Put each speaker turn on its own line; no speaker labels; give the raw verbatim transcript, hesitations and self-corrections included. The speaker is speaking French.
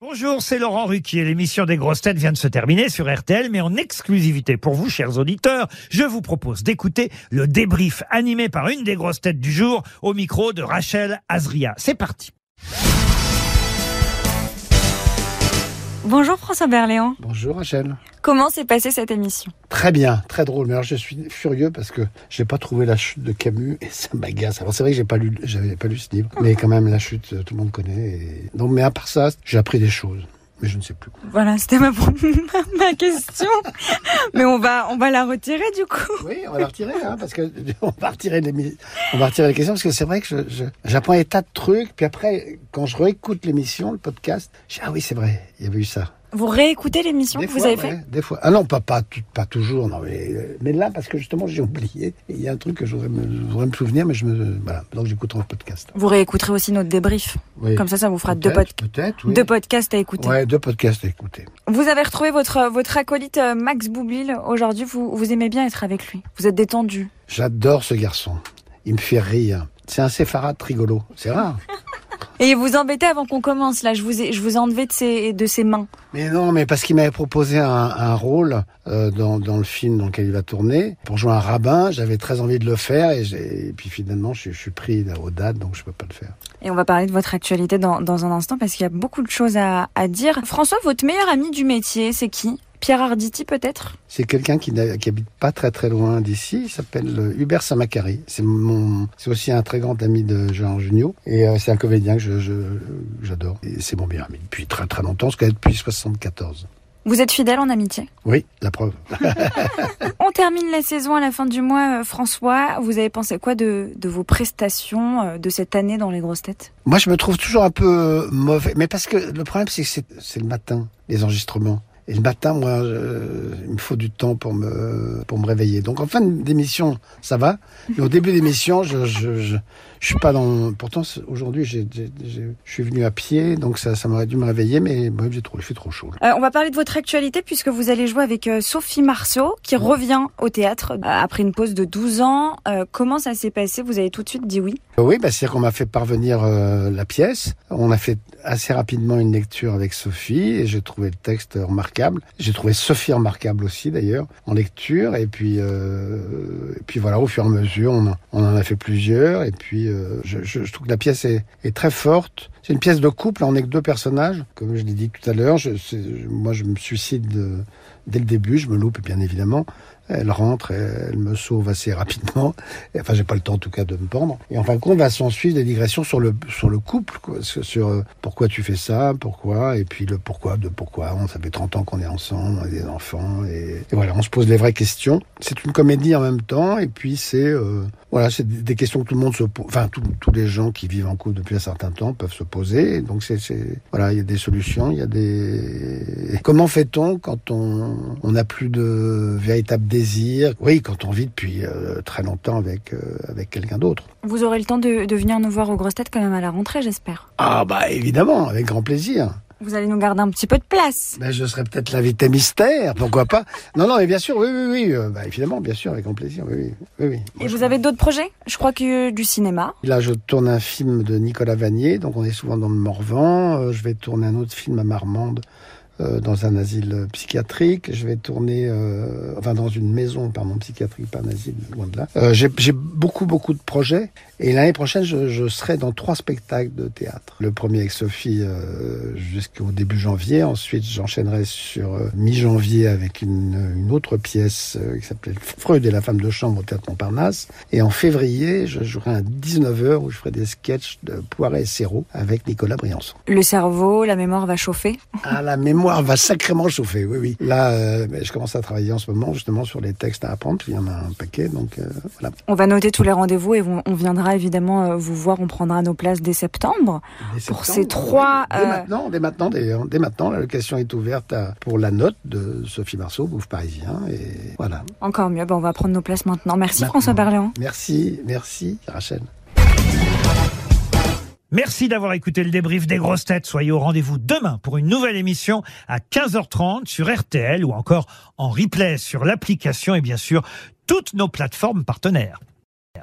Bonjour, c'est Laurent Ruquier. L'émission des grosses têtes vient de se terminer sur R T L, mais en exclusivité pour vous, chers auditeurs, je vous propose d'écouter le débrief animé par une des grosses têtes du jour au micro de Rachel Azria. C'est parti.
Bonjour François Berléand.
Bonjour Rachel.
Comment s'est passée cette émission?
Très bien, très drôle. Mais alors je suis furieux parce que j'ai pas trouvé La Chute de Camus et ça m'agace. Alors c'est vrai que j'ai pas lu, j'avais pas lu ce livre, mais quand même La Chute, tout le monde connaît. Et... Donc, mais à part ça, j'ai appris des choses. Mais je ne sais plus quoi.
Voilà, c'était ma, ma question. Mais on va, on va la retirer du coup.
Oui, on va la retirer, hein, parce que on va retirer les, on va retirer les questions parce que c'est vrai que je, je, j'apprends des tas de trucs. Puis après, quand je réécoute l'émission, le podcast, je dis ah oui c'est vrai, il y avait eu ça.
Vous réécoutez l'émission
des
que
fois,
vous avez
ouais,
fait?
Des fois. Ah non, pas, pas, pas toujours, non, mais, mais là, parce que justement, j'ai oublié. Et il y a un truc que je voudrais me, je voudrais me souvenir, mais je me, voilà, donc j'écouterai le podcast.
Vous réécouterez aussi notre débrief.
Oui.
Comme ça, ça vous fera deux,
Peut-être,
pod...
peut-être, oui.
deux podcasts à écouter.
Ouais, deux podcasts à écouter.
Vous avez retrouvé votre, votre acolyte Max Boublil aujourd'hui. Vous, vous aimez bien être avec lui. Vous êtes détendu.
J'adore ce garçon. Il me fait rire. C'est un séfarade rigolo. C'est rare.
Et vous embêtez avant qu'on commence, là, je vous ai, je vous ai enlevé de ses, de ses mains.
Mais non, mais parce qu'il m'avait proposé un, un rôle euh, dans, dans le film dans lequel il va tourner. Pour jouer un rabbin, j'avais très envie de le faire et, j'ai, et puis finalement, je, je suis pris aux dates, donc je peux pas le faire.
Et on va parler de votre actualité dans, dans un instant parce qu'il y a beaucoup de choses à, à dire. François, votre meilleur ami du métier, c'est qui ? Pierre Arditi, peut-être? C'est
quelqu'un qui, qui habite pas très très loin d'ici. Il s'appelle Hubert Samacari. C'est mon, c'est aussi un très grand ami de Jean Junio. Et euh, c'est un comédien que je, je, j'adore. Et c'est mon meilleur ami depuis très très longtemps. On se connaît depuis soixante-quatorze.
Vous êtes fidèle en amitié?
Oui, la preuve.
On termine la saison à la fin du mois. François, vous avez pensé quoi de, de vos prestations de cette année dans les grosses têtes?
Moi, je me trouve toujours un peu mauvais. Mais parce que le problème, c'est que c'est, c'est le matin, les enregistrements. Et le matin, moi, je, il me faut du temps pour me pour me réveiller. Donc en fin d'émission, ça va. Mais au début d'émission, je je je, je suis pas dans. Pourtant aujourd'hui, j'ai, j'ai, j'ai je suis venu à pied, donc ça ça m'aurait dû me réveiller, mais bon, j'ai trop, il fait trop chaud.
Euh, on va parler de votre actualité puisque vous allez jouer avec euh, Sophie Marceau qui ouais. revient au théâtre euh, après une pause de douze ans. Euh, comment ça s'est passé? Vous avez tout de suite dit oui?
Oui, bah c'est-à-dire qu'on m'a fait parvenir euh, la pièce. On a fait assez rapidement une lecture avec Sophie et j'ai trouvé le texte remarquable. J'ai trouvé Sophie remarquable aussi d'ailleurs en lecture et puis euh, et puis voilà, au fur et à mesure on en, on en a fait plusieurs et puis euh, je, je, je trouve que la pièce est, est très forte. C'est une pièce de couple, on n'est que deux personnages, comme je l'ai dit tout à l'heure. Je, c'est, moi je me suicide euh, dès le début, je me loupe bien évidemment. Elle rentre, elle me sauve assez rapidement. Enfin, j'ai pas le temps en tout cas de me pendre. Et en fin de compte, va s'en suivre des digressions sur le sur le couple, quoi, sur euh, pourquoi tu fais ça, pourquoi, et puis le pourquoi de pourquoi. On, ça fait trente ans qu'on est ensemble, on a des enfants, et, et voilà, on se pose les vraies questions. C'est une comédie en même temps, et puis c'est euh, voilà, c'est des questions que tout le monde se pose. Enfin, tous les gens qui vivent en couple depuis un certain temps peuvent se poser. Et donc c'est c'est voilà, il y a des solutions, il y a des. Comment fait-on quand on on n'a plus de véritable désir? Oui, quand on vit depuis euh, très longtemps avec, euh, avec quelqu'un d'autre.
Vous aurez le temps de, de venir nous voir aux grosses têtes quand même à la rentrée, j'espère.
Ah bah évidemment, avec grand plaisir.
Vous allez nous garder un petit peu de place.
Ben, je serai peut-être l'invité mystère, pourquoi pas. Non, non, mais bien sûr, oui, oui, oui. Euh, bah, évidemment, bien sûr, avec grand plaisir, oui, oui. oui, oui.
Et vous avez d'autres projets? Je crois que du cinéma.
Là, je tourne un film de Nicolas Vanier, donc on est souvent dans le Morvan. Euh, je vais tourner un autre film à Marmande. Euh, dans un asile psychiatrique, je vais tourner, euh, enfin dans une maison, pardon, psychiatrique, pas un asile, loin de là. Euh, j'ai, j'ai beaucoup, beaucoup de projets, et l'année prochaine, je, je serai dans trois spectacles de théâtre. Le premier avec Sophie euh, jusqu'au début janvier, ensuite j'enchaînerai sur euh, mi-janvier avec une, une autre pièce euh, qui s'appelait Freud et la femme de chambre au Théâtre Montparnasse, et en février, je jouerai à dix-neuf heures où je ferai des sketchs de Poiret et Serrault avec Nicolas Briançon.
Le cerveau, la mémoire va chauffer?
Ah, la mémoire va sacrément chauffer, oui, oui. Là, euh, je commence à travailler en ce moment justement sur les textes à apprendre, puis il y en a un paquet, donc euh, voilà.
On va noter tous les rendez-vous et on, on viendra évidemment euh, vous voir, on prendra nos places dès septembre. Dès pour septembre, ces trois...
Oui. Dès euh... maintenant, dès maintenant, dès, dès maintenant, la location est ouverte à, pour la note de Sophie Marceau, Bouffe Parisien, et voilà.
Encore mieux, ben on va prendre nos places maintenant. Merci maintenant. François Berléand.
Merci, merci Rachel.
Merci d'avoir écouté le débrief des grosses têtes. Soyez au rendez-vous demain pour une nouvelle émission à quinze heures trente sur R T L ou encore en replay sur l'application et bien sûr toutes nos plateformes partenaires.